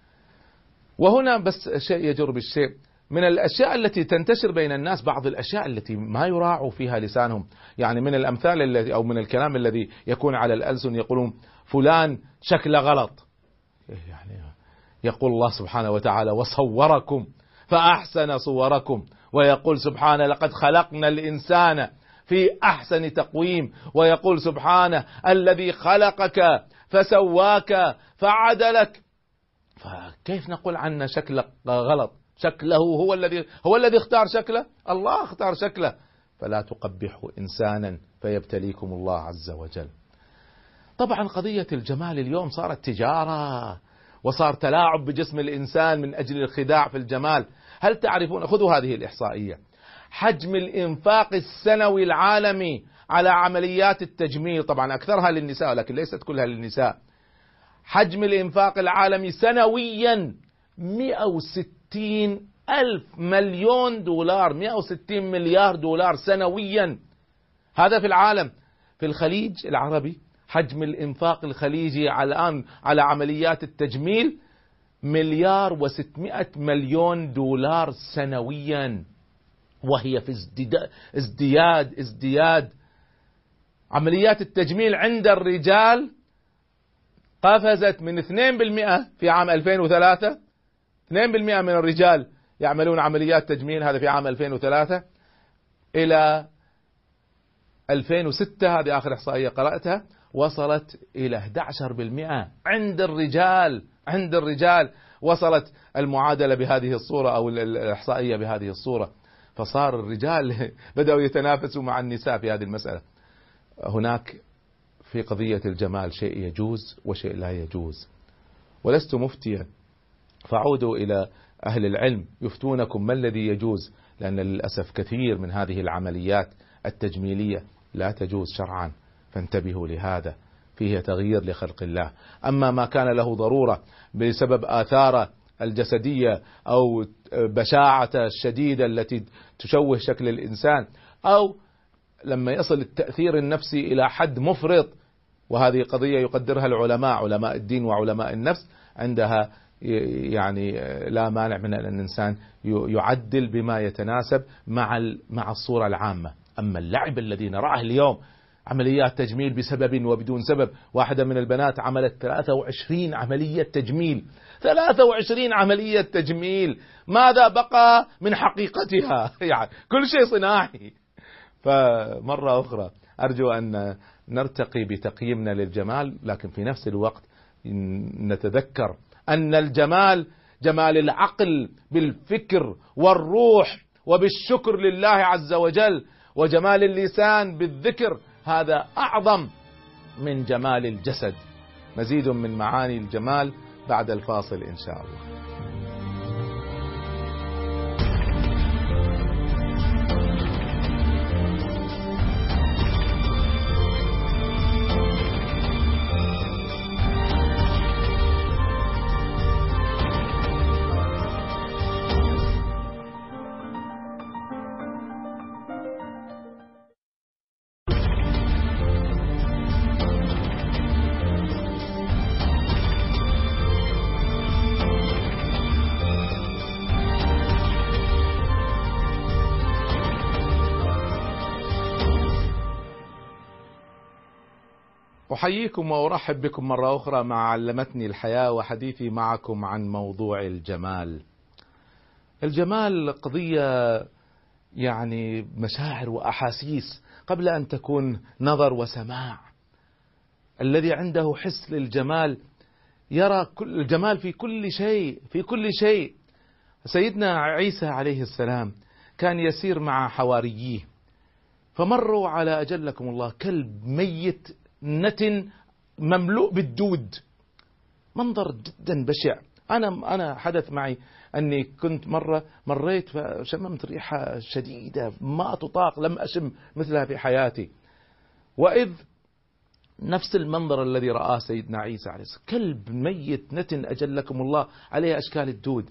وهنا بس شيء يجر بالشيء، من الأشياء التي تنتشر بين الناس بعض الأشياء التي ما يراعوا فيها لسانهم، يعني من الأمثال الذي أو من الكلام الذي يكون على الألسن، يقولون فلان شكله غلط. يعني يقول الله سبحانه وتعالى: وصوركم فأحسن صوركم، ويقول سبحانه: لقد خلقنا الإنسان في أحسن تقويم، ويقول سبحانه: الذي خلقك فسواك فعدلك. فكيف نقول عنه شكله غلط؟ شكله هو الذي اختار شكله، الله اختار شكله. فلا تقبحه إنسانا فيبتليكم الله عز وجل. طبعا قضية الجمال اليوم صارت تجارة، وصار تلاعب بجسم الإنسان من أجل الخداع في الجمال. هل تعرفون، خذوا هذه الإحصائية، حجم الإنفاق السنوي العالمي على عمليات التجميل، طبعا أكثرها للنساء لكن ليست كلها للنساء، حجم الإنفاق العالمي سنويا 160 ألف مليون دولار، 160 مليار دولار سنويا. هذا في العالم. في الخليج العربي حجم الإنفاق الخليجي الآن على عمليات التجميل 1,600,000,000 دولار سنويا، وهي في ازدياد. عمليات التجميل عند الرجال قفزت من 2% في عام 2003، 2% من الرجال يعملون عمليات تجميل، هذا في عام 2003، إلى 2006، هذه آخر إحصائية قرأتها، وصلت إلى 11% عند الرجال وصلت المعادلة بهذه الصورة أو الإحصائية بهذه الصورة. فصار الرجال بدأوا يتنافسوا مع النساء في هذه المسألة. هناك في قضية الجمال شيء يجوز وشيء لا يجوز، ولست مفتيا، فعودوا إلى أهل العلم يفتونكم ما الذي يجوز، لأن للأسف كثير من هذه العمليات التجميلية لا تجوز شرعا، فانتبهوا لهذا، فيه تغيير لخلق الله. أما ما كان له ضرورة بسبب آثاره الجسدية أو بشاعته الشديدة التي تشوه شكل الإنسان، أو لما يصل التأثير النفسي إلى حد مفرط، وهذه قضية يقدرها العلماء، علماء الدين وعلماء النفس، عندها يعني لا مانع من أن الإنسان يعدل بما يتناسب مع الصورة العامة. أما اللعب الذي نراه اليوم، عمليات تجميل بسبب وبدون سبب، واحدة من البنات عملت 23 عملية تجميل، 23 عملية تجميل، ماذا بقى من حقيقتها؟ يعني كل شيء صناعي. فمرة أخرى أرجو أن نرتقي بتقييمنا للجمال، لكن في نفس الوقت نتذكر أن الجمال جمال العقل بالفكر والروح وبالشكر لله عز وجل، وجمال اللسان بالذكر هذا أعظم من جمال الجسد. مزيد من معاني الجمال بعد الفاصل إن شاء الله. أحييكم وأرحب بكم مرة أخرى مع علمتني الحياة، وحديثي معكم عن موضوع الجمال. الجمال قضية يعني مشاعر وأحاسيس قبل أن تكون نظر وسماع. الذي عنده حس للجمال يرى كل الجمال في كل شيء. سيدنا عيسى عليه السلام كان يسير مع حوارييه، فمروا على أجلكم الله كلب ميت نتن مملوء بالدود، منظر جدا بشع. أنا حدث معي أني كنت مريت فشممت ريحة شديدة ما تطاق، لم أشم مثلها في حياتي. وإذ نفس المنظر الذي رآه سيدنا عيسى عليه السلام، كلب ميت نتن أجلكم الله عليه أشكال الدود.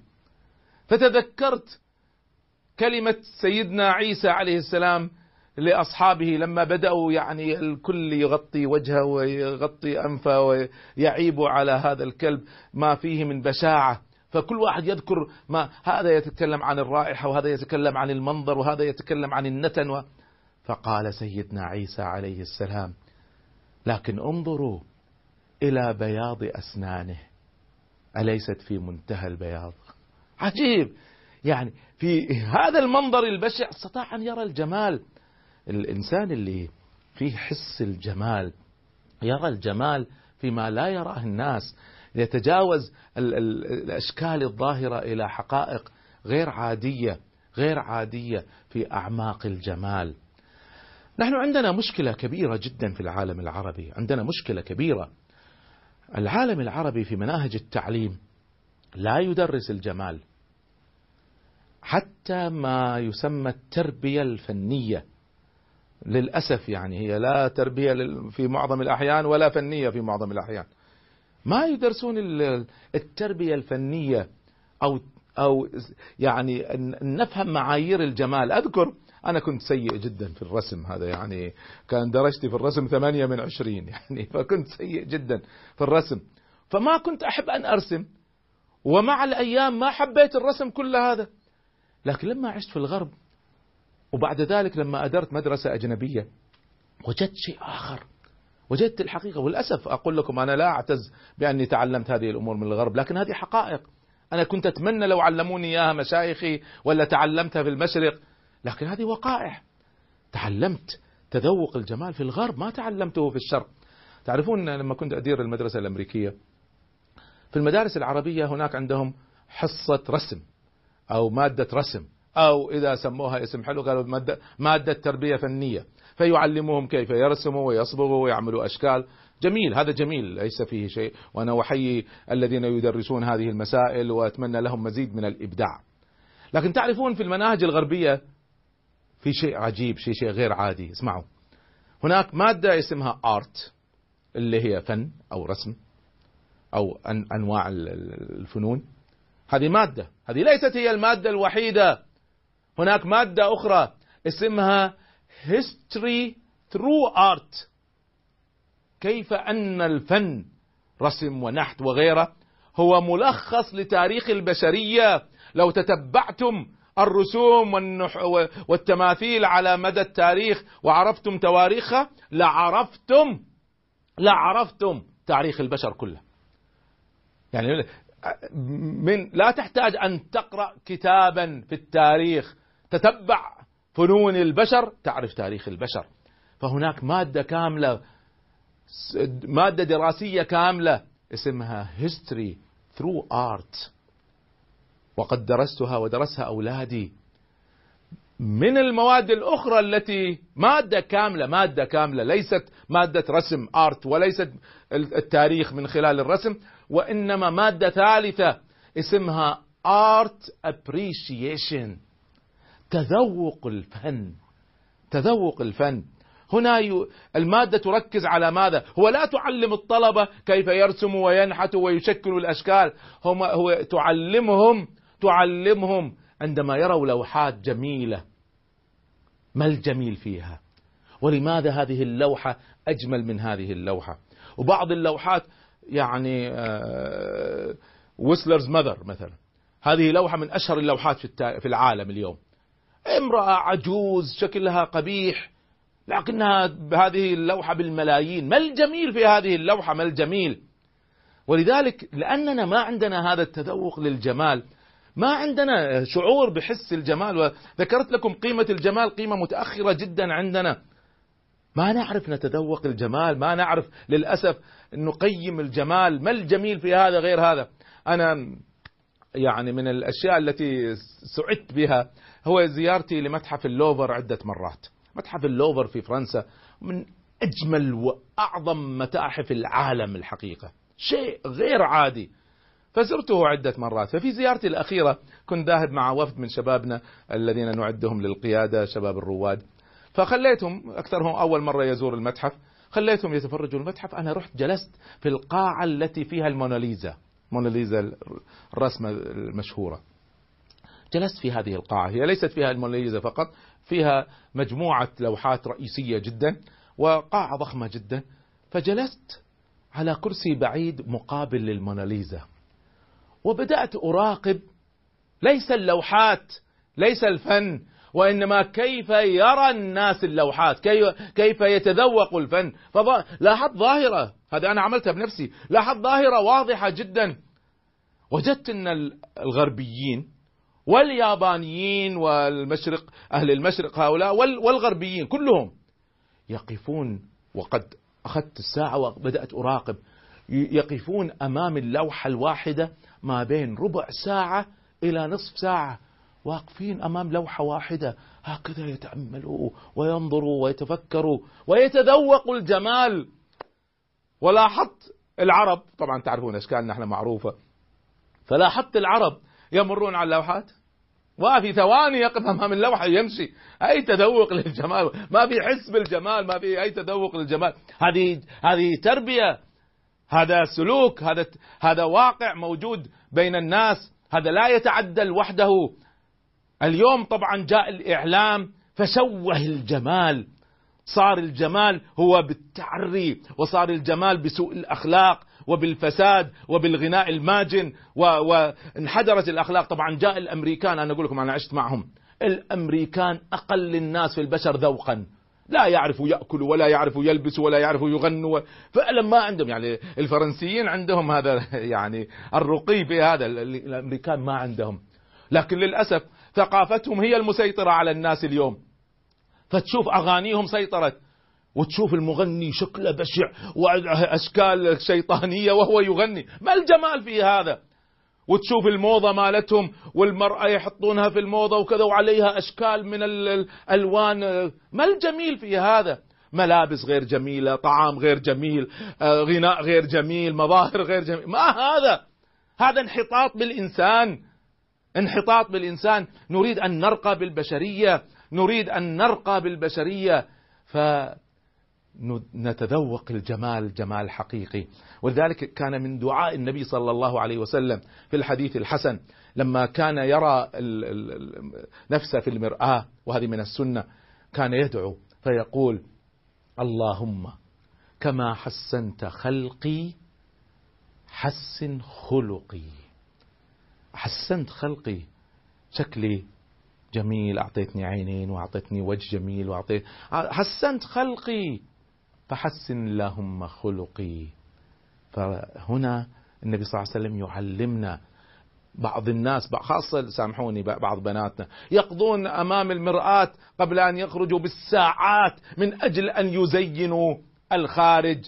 فتذكرت كلمة سيدنا عيسى عليه السلام لأصحابه لما بدأوا يعني الكل يغطي وجهه ويغطي أنفه ويعيب على هذا الكلب ما فيه من بشاعة، فكل واحد يذكر ما هذا يتكلم عن الرائحة وهذا يتكلم عن المنظر وهذا يتكلم عن النتن فقال سيدنا عيسى عليه السلام: لكن انظروا إلى بياض أسنانه أليست في منتهى البياض. عجيب، يعني في هذا المنظر البشع استطاع أن يرى الجمال. الإنسان اللي فيه حس الجمال يرى الجمال فيما لا يراه الناس، يتجاوز الأشكال الظاهرة إلى حقائق غير عادية في أعماق الجمال. نحن عندنا مشكلة كبيرة جدا في العالم العربي، عندنا مشكلة كبيرة. العالم العربي في مناهج التعليم لا يدرس الجمال، حتى ما يسمى التربية الفنية. للأسف يعني هي لا تربية في معظم الأحيان ولا فنية في معظم الأحيان. ما يدرسون التربية الفنية أو يعني نفهم معايير الجمال. أذكر أنا كنت سيء جدا في الرسم، هذا يعني كان درجتي في الرسم 8 من 20، يعني فكنت سيء جدا في الرسم، فما كنت أحب أن أرسم، ومع الأيام ما حبيت الرسم كل هذا. لكن لما عشت في الغرب وبعد ذلك لما أدرت مدرسة أجنبية وجدت شيء آخر، وجدت الحقيقة. والأسف أقول لكم أنا لا أعتز بأني تعلمت هذه الأمور من الغرب، لكن هذه حقائق. أنا كنت أتمنى لو علموني إياها مشايخي ولا تعلمتها في المشرق، لكن هذه وقائع. تعلمت تذوق الجمال في الغرب، ما تعلمته في الشرق. تعرفون لما كنت أدير المدرسة الأمريكية، في المدارس العربية هناك عندهم حصة رسم أو مادة رسم، أو إذا سموها اسم حلو قالوا مادة تربية فنية، فيعلمهم كيف يرسموا ويصبغوا ويعملوا أشكال. جميل، هذا جميل ليس فيه شيء، وأنا أحيي الذين يدرسون هذه المسائل وأتمنى لهم مزيد من الإبداع. لكن تعرفون في المناهج الغربية في شيء عجيب، شيء غير عادي. اسمعوا، هناك مادة اسمها آرت اللي هي فن أو رسم أو أنواع الفنون. هذه مادة، هذه ليست هي المادة الوحيدة. هناك مادة أخرى اسمها History through Art، كيف أن الفن رسم ونحت وغيره هو ملخص لتاريخ البشرية. لو تتبعتم الرسوم والتماثيل على مدى التاريخ وعرفتم تواريخها لعرفتم تاريخ البشر كله. يعني لا تحتاج أن تقرأ كتابا في التاريخ، تتبع فنون البشر تعرف تاريخ البشر. فهناك مادة كاملة، مادة دراسية كاملة اسمها History through Art، وقد درستها ودرسها أولادي. من المواد الأخرى التي مادة كاملة ليست مادة رسم آرت وليست التاريخ من خلال الرسم، وإنما مادة ثالثة اسمها Art Appreciation، تذوق الفن. هنا المادة تركز على ماذا؟ هو لا تعلم الطلبة كيف يرسموا وينحتوا ويشكلوا الأشكال، هو تعلمهم عندما يروا لوحات جميلة ما الجميل فيها، ولماذا هذه اللوحة أجمل من هذه اللوحة. وبعض اللوحات يعني ويسلرز ماذر مثلا، هذه لوحة من أشهر اللوحات في العالم اليوم، امرأة عجوز شكلها قبيح لكنها هذه اللوحة بالملايين. ما الجميل في هذه اللوحة؟ ما الجميل؟ ولذلك لأننا ما عندنا هذا التذوق للجمال، ما عندنا شعور بحس الجمال. وذكرت لكم قيمة الجمال قيمة متأخرة جدا عندنا، ما نعرف نتذوق الجمال، ما نعرف للأسف نقيم الجمال. ما الجميل في هذا غير هذا؟ أنا يعني من الأشياء التي سعدت بها هو زيارتي لمتحف اللوفر عدة مرات. متحف اللوفر في فرنسا من أجمل وأعظم متاحف العالم الحقيقة، شيء غير عادي، فزرته عدة مرات. ففي زيارتي الأخيرة كنت ذاهب مع وفد من شبابنا الذين نعدهم للقيادة، شباب الرواد، فخليتهم أكثرهم أول مرة يزور المتحف، خليتهم يتفرجوا المتحف. أنا رحت جلست في القاعة التي فيها الموناليزا الرسمة المشهورة. جلست في هذه القاعة، هي ليست فيها الموناليزا فقط، فيها مجموعة لوحات رئيسية جدا وقاعة ضخمة جدا. فجلست على كرسي بعيد مقابل للموناليزا، وبدأت أراقب ليس اللوحات، ليس الفن، وإنما كيف يرى الناس اللوحات، كيف يتذوق الفن. لاحظت ظاهرة، هذا أنا عملتها بنفسي، لاحظت ظاهرة واضحة جدا. وجدت أن الغربيين واليابانيين والمشرق، أهل المشرق هؤلاء والغربيين كلهم يقفون، وقد أخذت الساعة وبدأت أراقب، يقفون أمام اللوحة الواحدة ما بين ربع ساعة إلى نصف ساعة، واقفين أمام لوحة واحدة هكذا يتأملوا وينظروا ويتفكروا ويتذوقوا الجمال. ولاحظت العرب، طبعا تعرفون أشكالنا احنا معروفة، فلاحظت العرب يمرون على اللوحات وفي ثواني يقف أمام اللوحة يمشي. أي تذوق للجمال، ما في حس بالجمال، ما في أي تذوق للجمال. هذه تربية، هذا سلوك، هذا واقع موجود بين الناس، هذا لا يتعدل وحده. اليوم طبعا جاء الإعلام فشوه الجمال، صار الجمال هو بالتعري، وصار الجمال بسوء الأخلاق وبالفساد وبالغناء الماجن، وانحدرت الأخلاق. طبعا جاء الأمريكان، أنا أقول لكم أنا عشت معهم، الأمريكان أقل الناس في البشر ذوقا، لا يعرفوا يأكلوا ولا يعرفوا يلبسوا ولا يعرفوا يغنوا، فعلا ما عندهم. يعني الفرنسيين عندهم هذا يعني الرقي في هذا، الأمريكان ما عندهم. لكن للأسف ثقافتهم هي المسيطرة على الناس اليوم، فتشوف أغانيهم سيطرت. وتشوف المغني شكله بشع وأشكال شيطانية وهو يغني، ما الجمال في هذا؟ وتشوف الموضة مالتهم والمرأة يحطونها في الموضة وكذا وعليها أشكال من الألوان، ما الجميل في هذا؟ ملابس غير جميلة، طعام غير جميل، غناء غير جميل، مظاهر غير جميل، ما هذا؟ هذا انحطاط بالإنسان، انحطاط بالإنسان. نريد أن نرقى بالبشرية، نريد أن نرقى بالبشرية، فنتذوق الجمال جمال حقيقي. ولذلك كان من دعاء النبي صلى الله عليه وسلم في الحديث الحسن لما كان يرى نفسه في المرآة، وهذه من السنة، كان يدعو فيقول: اللهم كما حسنت خلقي حسن خلقي. حسنت خلقي، شكلي جميل، أعطيتني عينين وأعطيتني وجه جميل حسنت خلقي فحسن اللهم خلقي. فهنا النبي صلى الله عليه وسلم يعلمنا. بعض الناس خاصة سامحوني بعض بناتنا يقضون أمام المرآة قبل أن يخرجوا بالساعات من أجل أن يزينوا الخارج،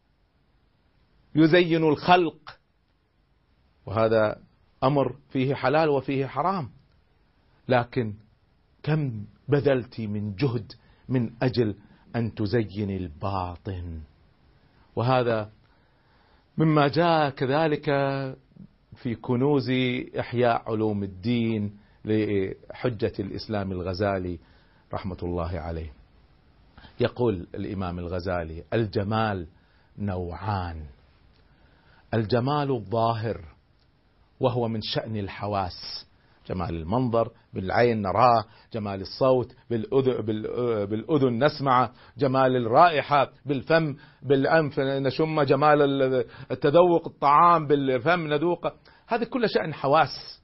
يزينوا الخلق، وهذا أمر فيه حلال وفيه حرام. لكن كم بذلت من جهد من أجل أن تزين الباطن. وهذا مما جاء كذلك في كنوز إحياء علوم الدين لحجة الإسلام الغزالي رحمة الله عليه. يقول الإمام الغزالي: الجمال نوعان، الجمال الظاهر وهو من شأن الحواس، جمال المنظر بالعين نراه، جمال الصوت بالأذن نسمعه، جمال الرائحة بالفم بالأنف نشم، جمال التذوق الطعام بالفم نذوقه، هذه كل شأن حواس.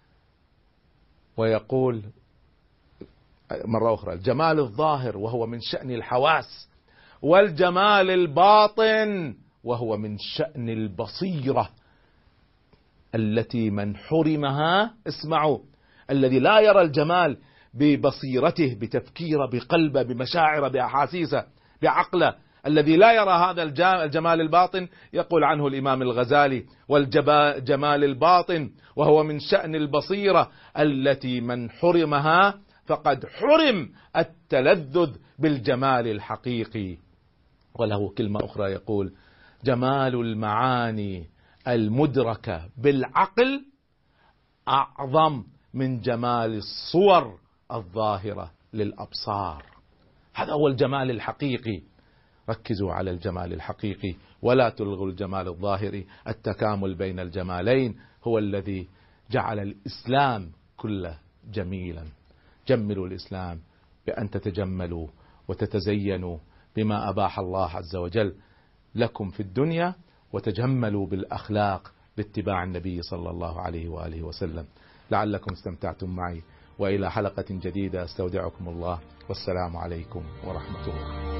ويقول مرة أخرى: الجمال الظاهر وهو من شأن الحواس، والجمال الباطن وهو من شأن البصيرة التي من حرمها، اسمعوا، الذي لا يرى الجمال ببصيرته بتفكيره بقلبه بمشاعره بأحاسيسه بعقله، الذي لا يرى هذا الجمال الباطن، يقول عنه الإمام الغزالي: والجمال الباطن وهو من شأن البصيرة التي من حرمها فقد حرم التلذذ بالجمال الحقيقي. وله كلمة أخرى يقول: جمال المعاني المدركة بالعقل أعظم من جمال الصور الظاهرة للأبصار. هذا هو الجمال الحقيقي. ركزوا على الجمال الحقيقي ولا تلغوا الجمال الظاهري. التكامل بين الجمالين هو الذي جعل الإسلام كله جميلا. جملوا الإسلام بأن تتجملوا وتتزينوا بما أباح الله عز وجل لكم في الدنيا، وتجملوا بالأخلاق باتباع النبي صلى الله عليه وآله وسلم. لعلكم استمتعتم معي، وإلى حلقة جديدة استودعكم الله، والسلام عليكم ورحمة الله.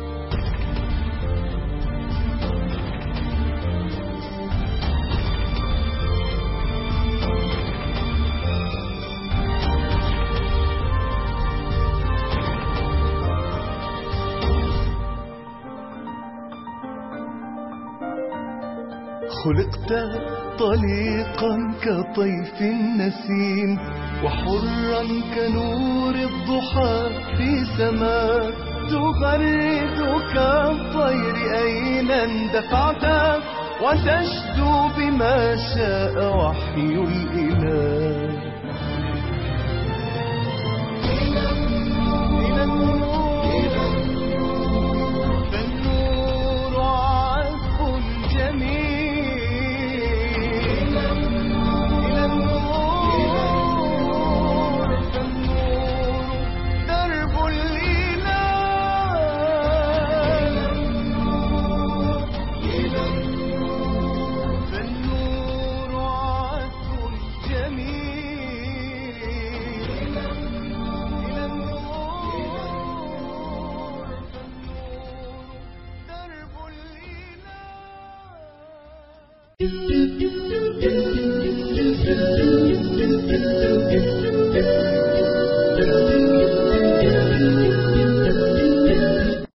خلقت طليقا كطيف النسيم، وحرا كنور الضحى في سماء، تغرد كالطير أين اندفعت، وتشدو بما شاء وحي الإله. فالنور عذب جميل، درب